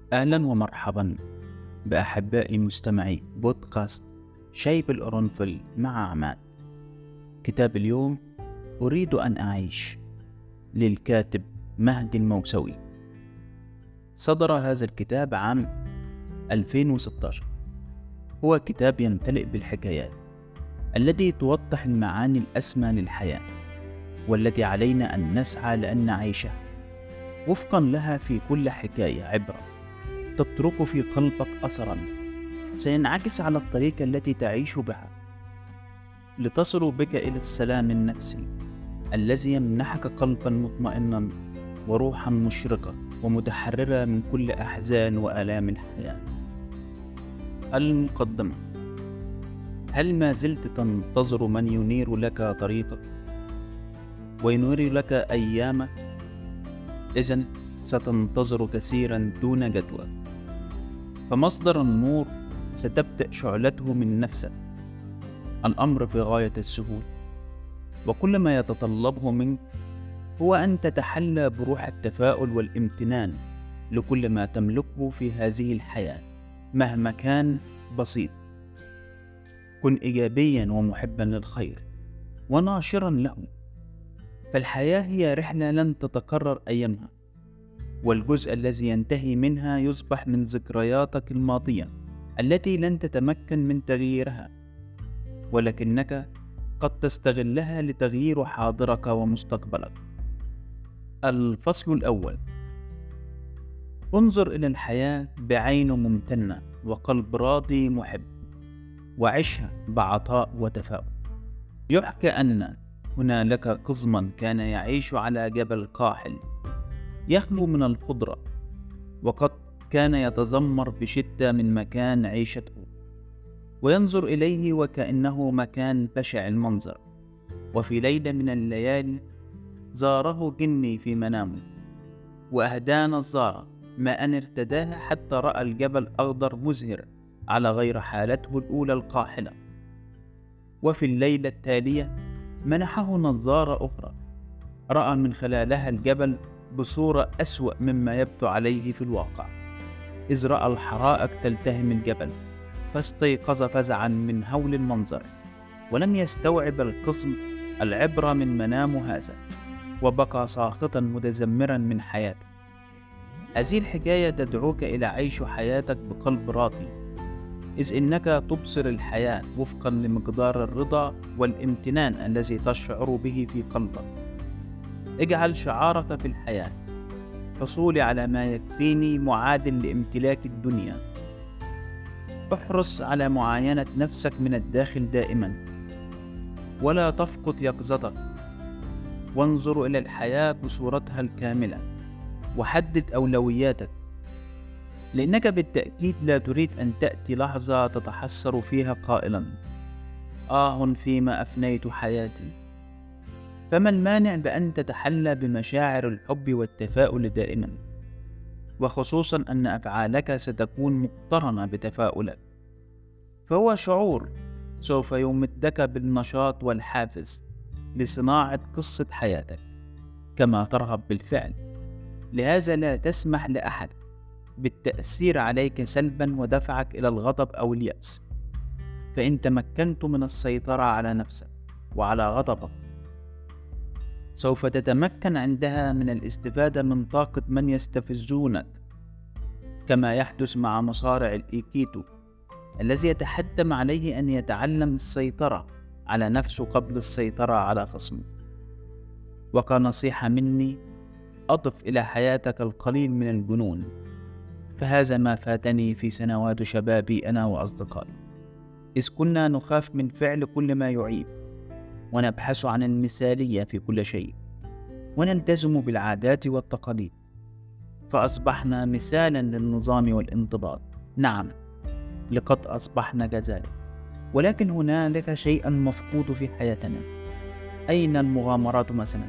أهلا ومرحبا بأحبائي مستمعي بودكاست شاي بالقرنفل مع عماد. كتاب اليوم أريد أن أعيش للكاتب مهدي الموسوي. صدر هذا الكتاب عام 2016. هو كتاب يمتلئ بالحكايات التي توضح المعاني الأسمى للحياة، والتي علينا أن نسعى لأن نعيشها وفقا لها. في كل حكاية عبرة تترك في قلبك أثرا سينعكس على الطريقة التي تعيش بها، لتصل بك إلى السلام النفسي الذي يمنحك قلبا مطمئنا وروحا مشرقة ومتحررة من كل أحزان وآلام الحياة. المقدمة: هل ما زلت تنتظر من ينير لك طريقك وينير لك أيامك؟ إذن ستنتظر كثيرا دون جدوى، فمصدر النور ستبدأ شعلته من نفسك. الأمر في غاية السهولة، وكل ما يتطلبه منك هو أن تتحلى بروح التفاؤل والامتنان لكل ما تملكه في هذه الحياة مهما كان بسيط. كن إيجابيا ومحبا للخير وناشرا له، فالحياة هي رحلة لن تتكرر أيامها، والجزء الذي ينتهي منها يصبح من ذكرياتك الماضية التي لن تتمكن من تغييرها، ولكنك قد تستغلها لتغيير حاضرك ومستقبلك. الفصل الأول: انظر إلى الحياة بعين ممتنة وقلب راضي محب، وعشها بعطاء وتفاؤل. يحكى أن هنالك قزما كان يعيش على جبل قاحل يخلو من الخضرة، وقد كان يتذمر بشدة من مكان عيشته وينظر إليه وكأنه مكان بشع المنظر. وفي ليلة من الليالي زاره جني في منامه وأهدى نظارة ما أن ارتداها حتى رأى الجبل أخضر مزهر على غير حالته الأولى القاحلة. وفي الليلة التالية منحه نظارة أخرى رأى من خلالها الجبل بصورة أسوأ مما يبدو عليه في الواقع، إذ رأى الحرائق تلتهم الجبل، فاستيقظ فزعا من هول المنظر، ولم يستوعب القزم العبرة من منامه هذا، وبقى ساخطا متذمرا من حياته. هذه الحكاية تدعوك إلى عيش حياتك بقلب راضي، إذ إنك تبصر الحياة وفقا لمقدار الرضا والامتنان الذي تشعر به في قلبك. اجعل شعارك في الحياة: حصولي على ما يكفيني معادل لامتلاك الدنيا. احرص على معاينة نفسك من الداخل دائما، ولا تفقد يقظتك. وانظر إلى الحياة بصورتها الكاملة، وحدد أولوياتك، لأنك بالتأكيد لا تريد أن تأتي لحظة تتحسر فيها قائلا: فيما أفنيت حياتي. فما المانع بأن تتحلى بمشاعر الحب والتفاؤل دائما، وخصوصا أن أفعالك ستكون مقترنة بتفاؤلك، فهو شعور سوف يمدك بالنشاط والحافز لصناعة قصة حياتك كما ترغب بالفعل. لهذا لا تسمح لأحد بالتأثير عليك سلبا ودفعك إلى الغضب أو اليأس، فإن تمكنت من السيطرة على نفسك وعلى غضبك، سوف تتمكن عندها من الاستفادة من طاقة من يستفزونك، كما يحدث مع مصارع الإيكيتو الذي يتحتم عليه أن يتعلم السيطرة على نفسه قبل السيطرة على خصمه. وكنصيحة مني: أضف إلى حياتك القليل من الجنون، فهذا ما فاتني في سنوات شبابي أنا وأصدقائي، إذ كنا نخاف من فعل كل ما يعيب، ونبحث عن المثالية في كل شيء، ونلتزم بالعادات والتقاليد، فأصبحنا مثالا للنظام والانضباط. نعم، لقد أصبحنا كذلك، ولكن هنالك شيء مفقود في حياتنا. أين المغامرات مثلا؟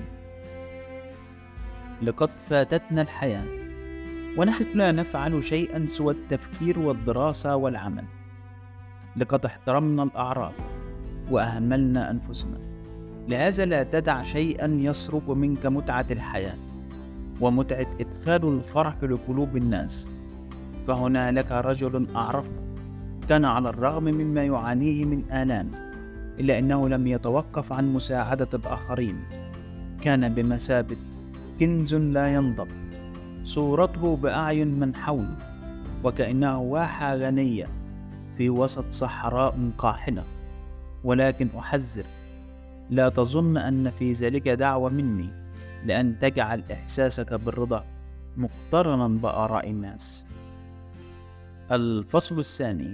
لقد فاتتنا الحياة ونحن لا نفعل شيئا سوى التفكير والدراسة والعمل. لقد احترمنا الأعراف وأهملنا أنفسنا. لهذا لا تدع شيئا يسرق منك متعة الحياة ومتعة إدخال الفرح لقلوب الناس. فهنالك رجل أعرفه كان على الرغم مما يعانيه من آلام إلا أنه لم يتوقف عن مساعدة الآخرين. كان بمثابة كنز لا ينضب، صورته بأعين من حوله، وكأنه واحة غنية في وسط صحراء قاحلة. ولكن أحذر، لا تظن أن في ذلك دعوة مني لأن تجعل إحساسك بالرضا مقترنا بآراء الناس. الفصل الثاني: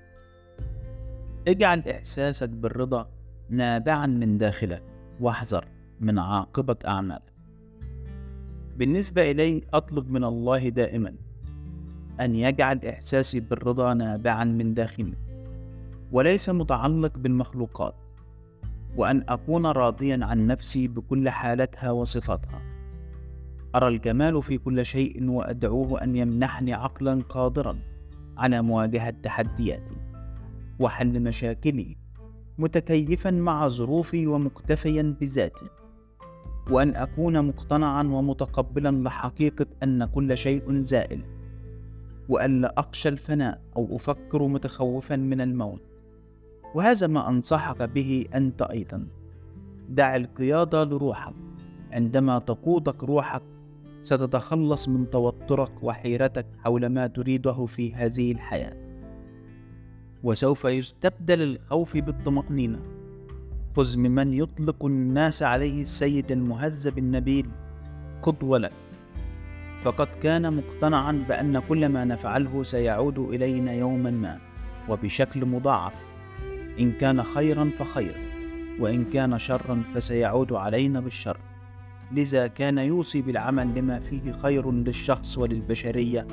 اجعل إحساسك بالرضا نابعا من داخلك، واحذر من عاقبة أعمالك. بالنسبة إلي أطلب من الله دائما أن يجعل إحساسي بالرضا نابعا من داخلي وليس متعلق بالمخلوقات، وأن أكون راضيا عن نفسي بكل حالتها وصفاتها. أرى الجمال في كل شيء وأدعوه أن يمنحني عقلا قادرا على مواجهة تحدياتي وحل مشاكلي، متكيفا مع ظروفي ومكتفيا بذاتي، وأن أكون مقتنعا ومتقبلا لحقيقة أن كل شيء زائل، وألا أخشى الفناء أو أفكر متخوفا من الموت. وهذا ما أنصحك به أنت أيضا. دع القيادة لروحك. عندما تقودك روحك ستتخلص من توترك وحيرتك حول ما تريده في هذه الحياة، وسوف يستبدل الخوف بالطمأنينة. خذ ممن يطلق الناس عليه السيد المهذب النبيل قدوة لك، فقد كان مقتنعا بأن كل ما نفعله سيعود إلينا يوما ما وبشكل مضاعف، إن كان خيرا فخير، وإن كان شرا فسيعود علينا بالشر. لذا كان يوصي بالعمل لما فيه خير للشخص وللبشرية.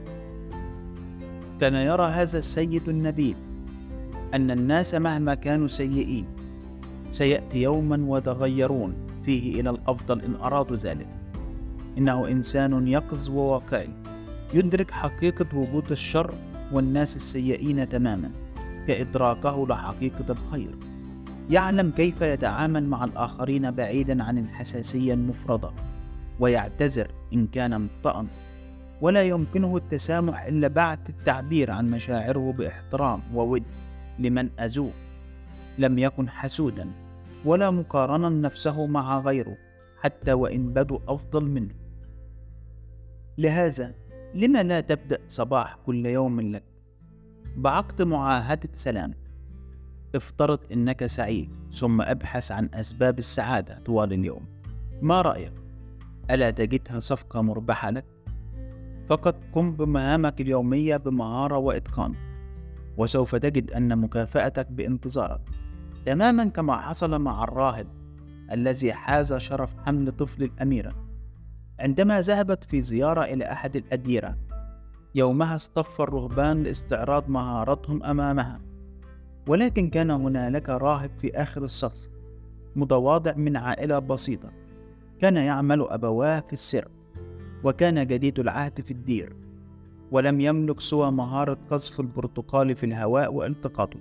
كان يرى هذا السيد النبيل أن الناس مهما كانوا سيئين سيأتي يوما ويتغيرون فيه إلى الأفضل إن أرادوا ذلك. إنه إنسان يقظ وواقعي، يدرك حقيقة وجود الشر والناس السيئين تماما كإدراكه لحقيقة الخير. يعلم كيف يتعامل مع الآخرين بعيدا عن الحساسية المفرطة، ويعتذر إن كان مخطئا، ولا يمكنه التسامح إلا بعد التعبير عن مشاعره باحترام وود لمن أذوه. لم يكن حسودا ولا مقارنا نفسه مع غيره حتى وإن بدوا أفضل منه. لهذا لما لا تبدأ صباح كل يوم لك بعقد معاهدة سلام؟ افترض أنك سعيد، ثم أبحث عن أسباب السعادة طوال اليوم. ما رأيك؟ ألا تجدها صفقة مربحة لك؟ فقط قم بمهامك اليومية بمهارة وإتقان، وسوف تجد أن مكافأتك بانتظارك، تماما كما حصل مع الراهب الذي حاز شرف حمل طفل الأميرة عندما ذهبت في زيارة إلى أحد الأديرة. يومها اصطف الرهبان لاستعراض مهاراتهم أمامها، ولكن كان هنالك راهب في آخر الصف متواضع من عائلة بسيطة، كان يعمل أبواه في السر، وكان جديد العهد في الدير، ولم يملك سوى مهارة قذف البرتقال في الهواء والتقاطه،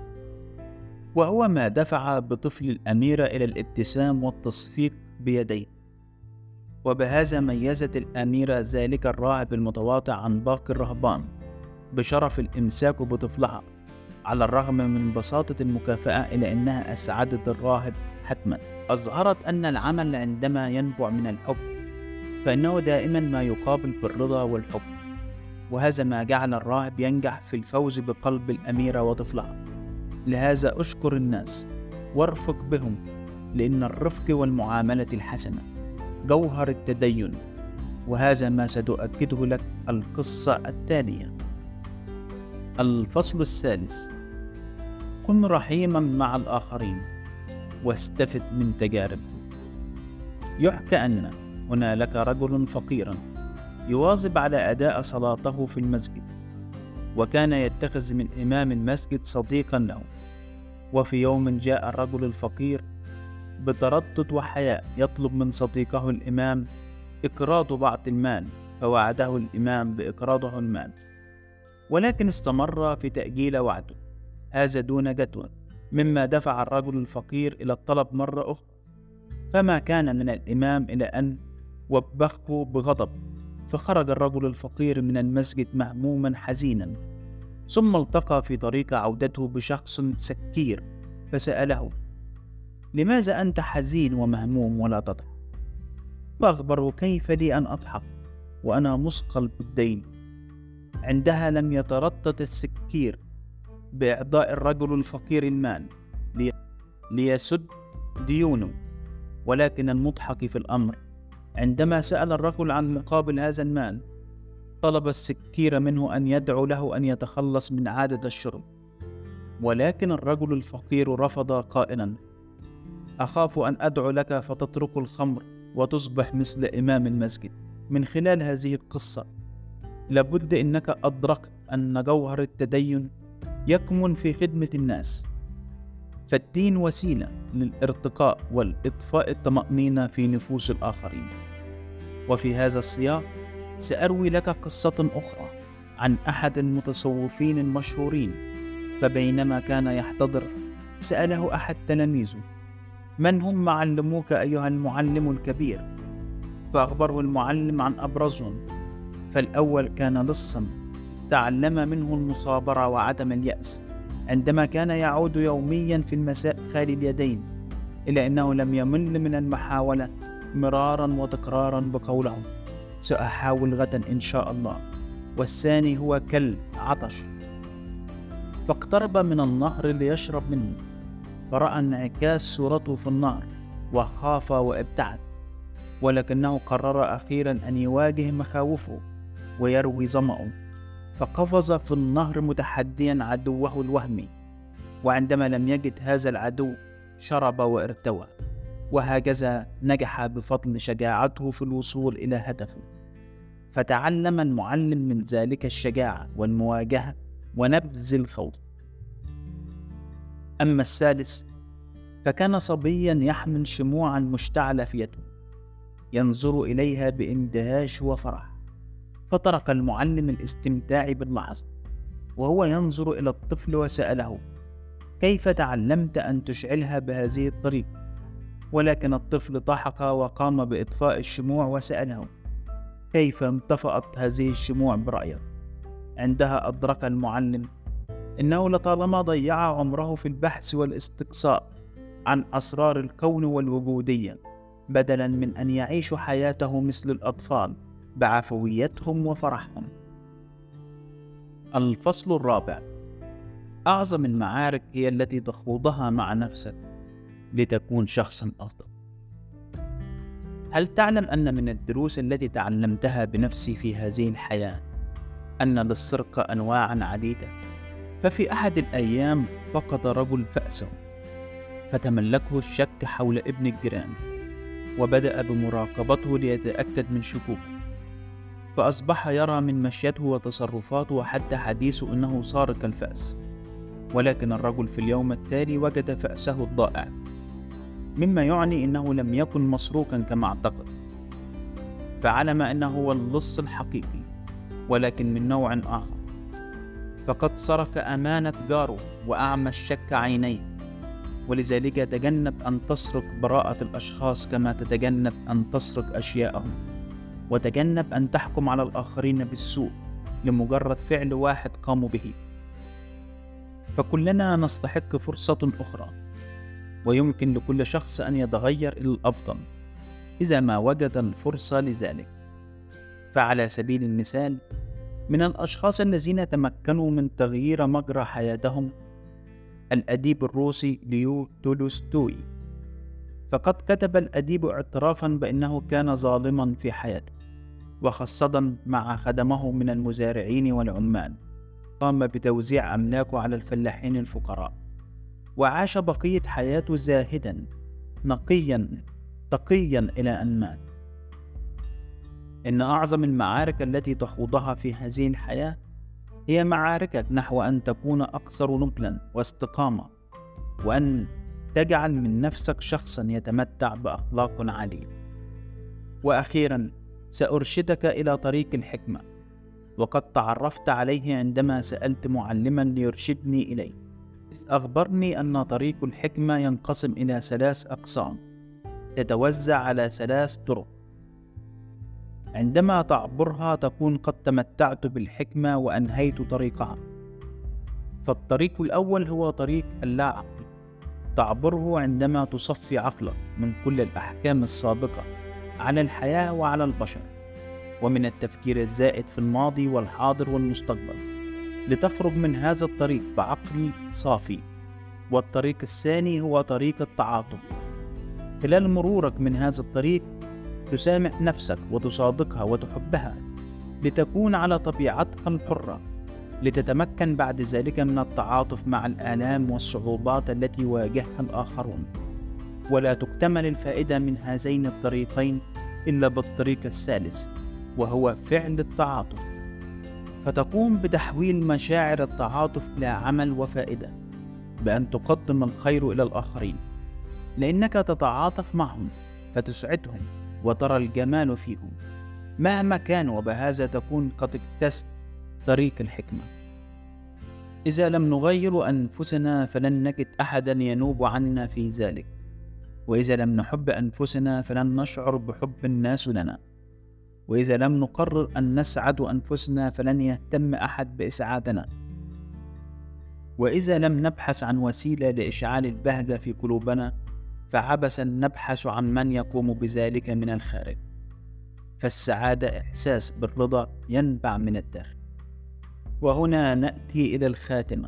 وهو ما دفع بطفل الأميرة إلى الابتسام والتصفيق بيديه. وبهذا ميزت الأميرة ذلك الراهب المتواضع عن باقي الرهبان بشرف الإمساك بطفلها، على الرغم من بساطة المكافأة إلا أنها أسعدت الراهب حتما. أظهرت أن العمل عندما ينبع من الحب فإنه دائما ما يقابل بالرضا والحب، وهذا ما جعل الراهب ينجح في الفوز بقلب الأميرة وطفلها. لهذا أشكر الناس وارفق بهم، لأن الرفق والمعاملة الحسنة جوهر التدين، وهذا ما ستؤكده لك القصة التالية. الفصل الثالث: كن رحيما مع الآخرين واستفد من تجاربهم. يحكى أن هنالك رجل فقيرا يواظب على أداء صلاته في المسجد، وكان يتخذ من إمام المسجد صديقا له. وفي يوم جاء الرجل الفقير بتردد وحياء يطلب من صديقه الإمام إقراض بعض المال، فوعده الإمام بإقراضه المال، ولكن استمر في تأجيل وعده هذا دون جدوى، مما دفع الرجل الفقير إلى الطلب مرة أخرى. فما كان من الإمام إلى أن وبخه بغضب، فخرج الرجل الفقير من المسجد مهموما حزينا، ثم التقى في طريق عودته بشخص سكير فسأله: لماذا أنت حزين ومهموم ولا تضحك؟ فأخبره: كيف لي أن أضحك وأنا مثقل بالدين؟ عندها لم يتردد السكير بإعطاء الرجل الفقير المال ليسد ديونه، ولكن المضحك في الأمر عندما سأل الرجل عن مقابل هذا المال، طلب السكير منه أن يدعو له أن يتخلص من عادة الشرب، ولكن الرجل الفقير رفض قائلا: أخاف أن أدعو لك فتترك الخمر وتصبح مثل إمام المسجد. من خلال هذه القصة لابد أنك أدركت أن جوهر التدين يكمن في خدمة الناس، فالدين وسيلة للارتقاء والإضفاء الطمأنينة في نفوس الآخرين. وفي هذا السياق سأروي لك قصة أخرى عن أحد المتصوفين المشهورين، فبينما كان يحتضر سأله أحد تلاميذه: من هم معلموك أيها المعلم الكبير؟ فأخبره المعلم عن أبرزهم، فالأول كان لصا تعلم منه المصابرة وعدم اليأس، عندما كان يعود يوميا في المساء خالي اليدين، إلا أنه لم يمل من المحاولة مرارا وتكرارا بقوله: سأحاول غدا إن شاء الله. والثاني هو كلب عطش، فاقترب من النهر ليشرب منه، فرأى انعكاس صورته في النهر وخاف وابتعد، ولكنه قرر أخيرا أن يواجه مخاوفه ويروي ظمأه، فقفز في النهر متحديا عدوه الوهمي، وعندما لم يجد هذا العدو شرب وارتوى، وهكذا نجح بفضل شجاعته في الوصول إلى هدفه. فتعلم المعلم من ذلك الشجاعة والمواجهة ونبذ الخوف. أما الثالث فكان صبيا يحمل شموعا مشتعلة في يده، ينظر إليها باندهاش وفرح، فترك المعلم الاستمتاع باللحظة وهو ينظر إلى الطفل وسأله: كيف تعلمت أن تشعلها بهذه الطريقة؟ ولكن الطفل ضحك وقام بإطفاء الشموع وسأله: كيف انطفأت هذه الشموع برأيك؟ عندها أدرك المعلم إنه لطالما ضيع عمره في البحث والاستقصاء عن أسرار الكون والوجودية، بدلا من أن يعيش حياته مثل الأطفال بعفويتهم وفرحهم. الفصل الرابع: أعظم المعارك هي التي تخوضها مع نفسك لتكون شخصا أفضل. هل تعلم أن من الدروس التي تعلمتها بنفسي في هذه الحياة أن للسرقة أنواعا عديدة؟ ففي أحد الأيام فقد رجل فأسه، فتملكه الشك حول ابن الجيران، وبدأ بمراقبته ليتأكد من شكوكه، فأصبح يرى من مشيته وتصرفاته وحتى حديثه أنه سارق الفأس. ولكن الرجل في اليوم التالي وجد فأسه الضائع، مما يعني أنه لم يكن مسروقا كما اعتقد، فعلم أنه هو اللص الحقيقي ولكن من نوع آخر، فقد سرق أمانة جاره وأعمى الشك عينيه. ولذلك تجنب أن تسرق براءة الأشخاص كما تتجنب أن تسرق أشياءهم، وتجنب أن تحكم على الآخرين بالسوء لمجرد فعل واحد قاموا به، فكلنا نستحق فرصة أخرى، ويمكن لكل شخص أن يتغير إلى الأفضل إذا ما وجد الفرصة لذلك. فعلى سبيل المثال، من الأشخاص الذين تمكنوا من تغيير مجرى حياتهم الأديب الروسي ليو تولستوي، فقد كتب الأديب اعترافا بأنه كان ظالما في حياته، وخاصة مع خدمه من المزارعين والعمال، قام بتوزيع أملاكه على الفلاحين الفقراء، وعاش بقية حياته زاهدا نقيا تقيا إلى أن مات. إن أعظم المعارك التي تخوضها في هذه الحياة هي معاركك نحو أن تكون أكثر نبلا واستقامة، وأن تجعل من نفسك شخصا يتمتع بأخلاق عالية. وأخيرا سأرشدك إلى طريق الحكمة، وقد تعرفت عليه عندما سألت معلما ليرشدني إليه، أخبرني أن طريق الحكمة ينقسم إلى 3 أقسام تتوزع على 3 طرق. عندما تعبرها تكون قد تمتعت بالحكمة وأنهيت طريقها. فالطريق الأول هو طريق اللا عقل، تعبره عندما تصفي عقلك من كل الأحكام السابقة على الحياة وعلى البشر، ومن التفكير الزائد في الماضي والحاضر والمستقبل، لتخرج من هذا الطريق بعقل صافي. والطريق الثاني هو طريق التعاطف. خلال مرورك من هذا الطريق تسامح نفسك وتصادقها وتحبها لتكون على طبيعتها الحرة، لتتمكن بعد ذلك من التعاطف مع الآلام والصعوبات التي يواجهها الآخرون. ولا تكتمل الفائدة من هذين الطريقين إلا بالطريق الثالث، وهو فعل التعاطف. فتقوم بتحويل مشاعر التعاطف إلى عمل وفائدة، بأن تقدم الخير إلى الآخرين، لأنك تتعاطف معهم فتسعدهم وترى الجمال فيهم مهما كان، وبهذا تكون قد اكتسبت طريق الحكمة. إذا لم نغير أنفسنا فلن نجد أحدا ينوب عنا في ذلك، وإذا لم نحب أنفسنا فلن نشعر بحب الناس لنا، وإذا لم نقرر أن نسعد أنفسنا فلن يهتم أحد بإسعادنا، وإذا لم نبحث عن وسيلة لإشعال البهجة في قلوبنا فعبثا نبحث عن من يقوم بذلك من الخارج. فالسعادة إحساس بالرضا ينبع من الداخل. وهنا نأتي إلى الخاتمة.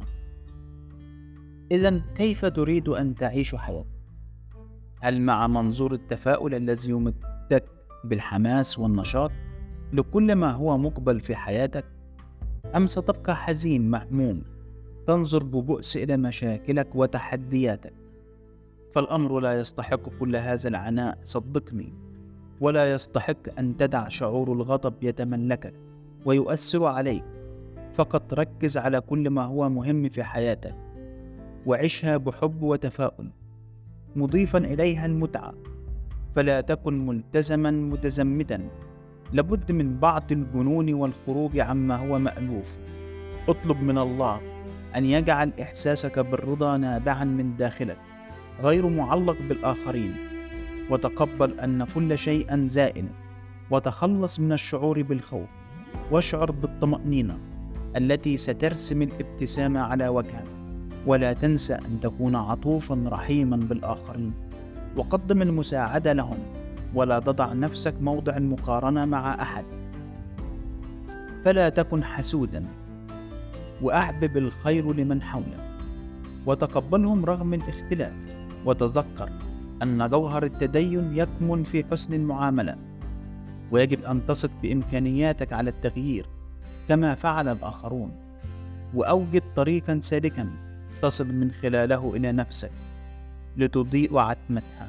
إذن كيف تريد أن تعيش حياتك؟ هل مع منظور التفاؤل الذي يمدك بالحماس والنشاط لكل ما هو مقبل في حياتك، أم ستبقى حزين مهموم تنظر ببؤس إلى مشاكلك وتحدياتك؟ فالأمر لا يستحق كل هذا العناء صدقني، ولا يستحق أن تدع شعور الغضب يتملكك ويؤثر عليك. فقط ركز على كل ما هو مهم في حياتك وعيشها بحب وتفاؤل، مضيفا إليها المتعة. فلا تكن ملتزما متزمتا، لابد من بعض الجنون والخروج عما هو مألوف. اطلب من الله أن يجعل إحساسك بالرضا نابعا من داخلك غير معلق بالآخرين، وتقبل أن كل شيء زائل، وتخلص من الشعور بالخوف، واشعر بالطمأنينة التي سترسم الابتسامة على وجهك. ولا تنسى أن تكون عطوفا رحيما بالآخرين، وقدم المساعدة لهم، ولا تضع نفسك موضع المقارنة مع أحد. فلا تكن حسودا، وأحبب الخير لمن حولك وتقبلهم رغم الاختلاف. وتذكر أن جوهر التدين يكمن في حسن المعاملة، ويجب أن تثق بإمكانياتك على التغيير كما فعل الآخرون. وأوجد طريقا سالكا تصل من خلاله إلى نفسك لتضيء عتمتها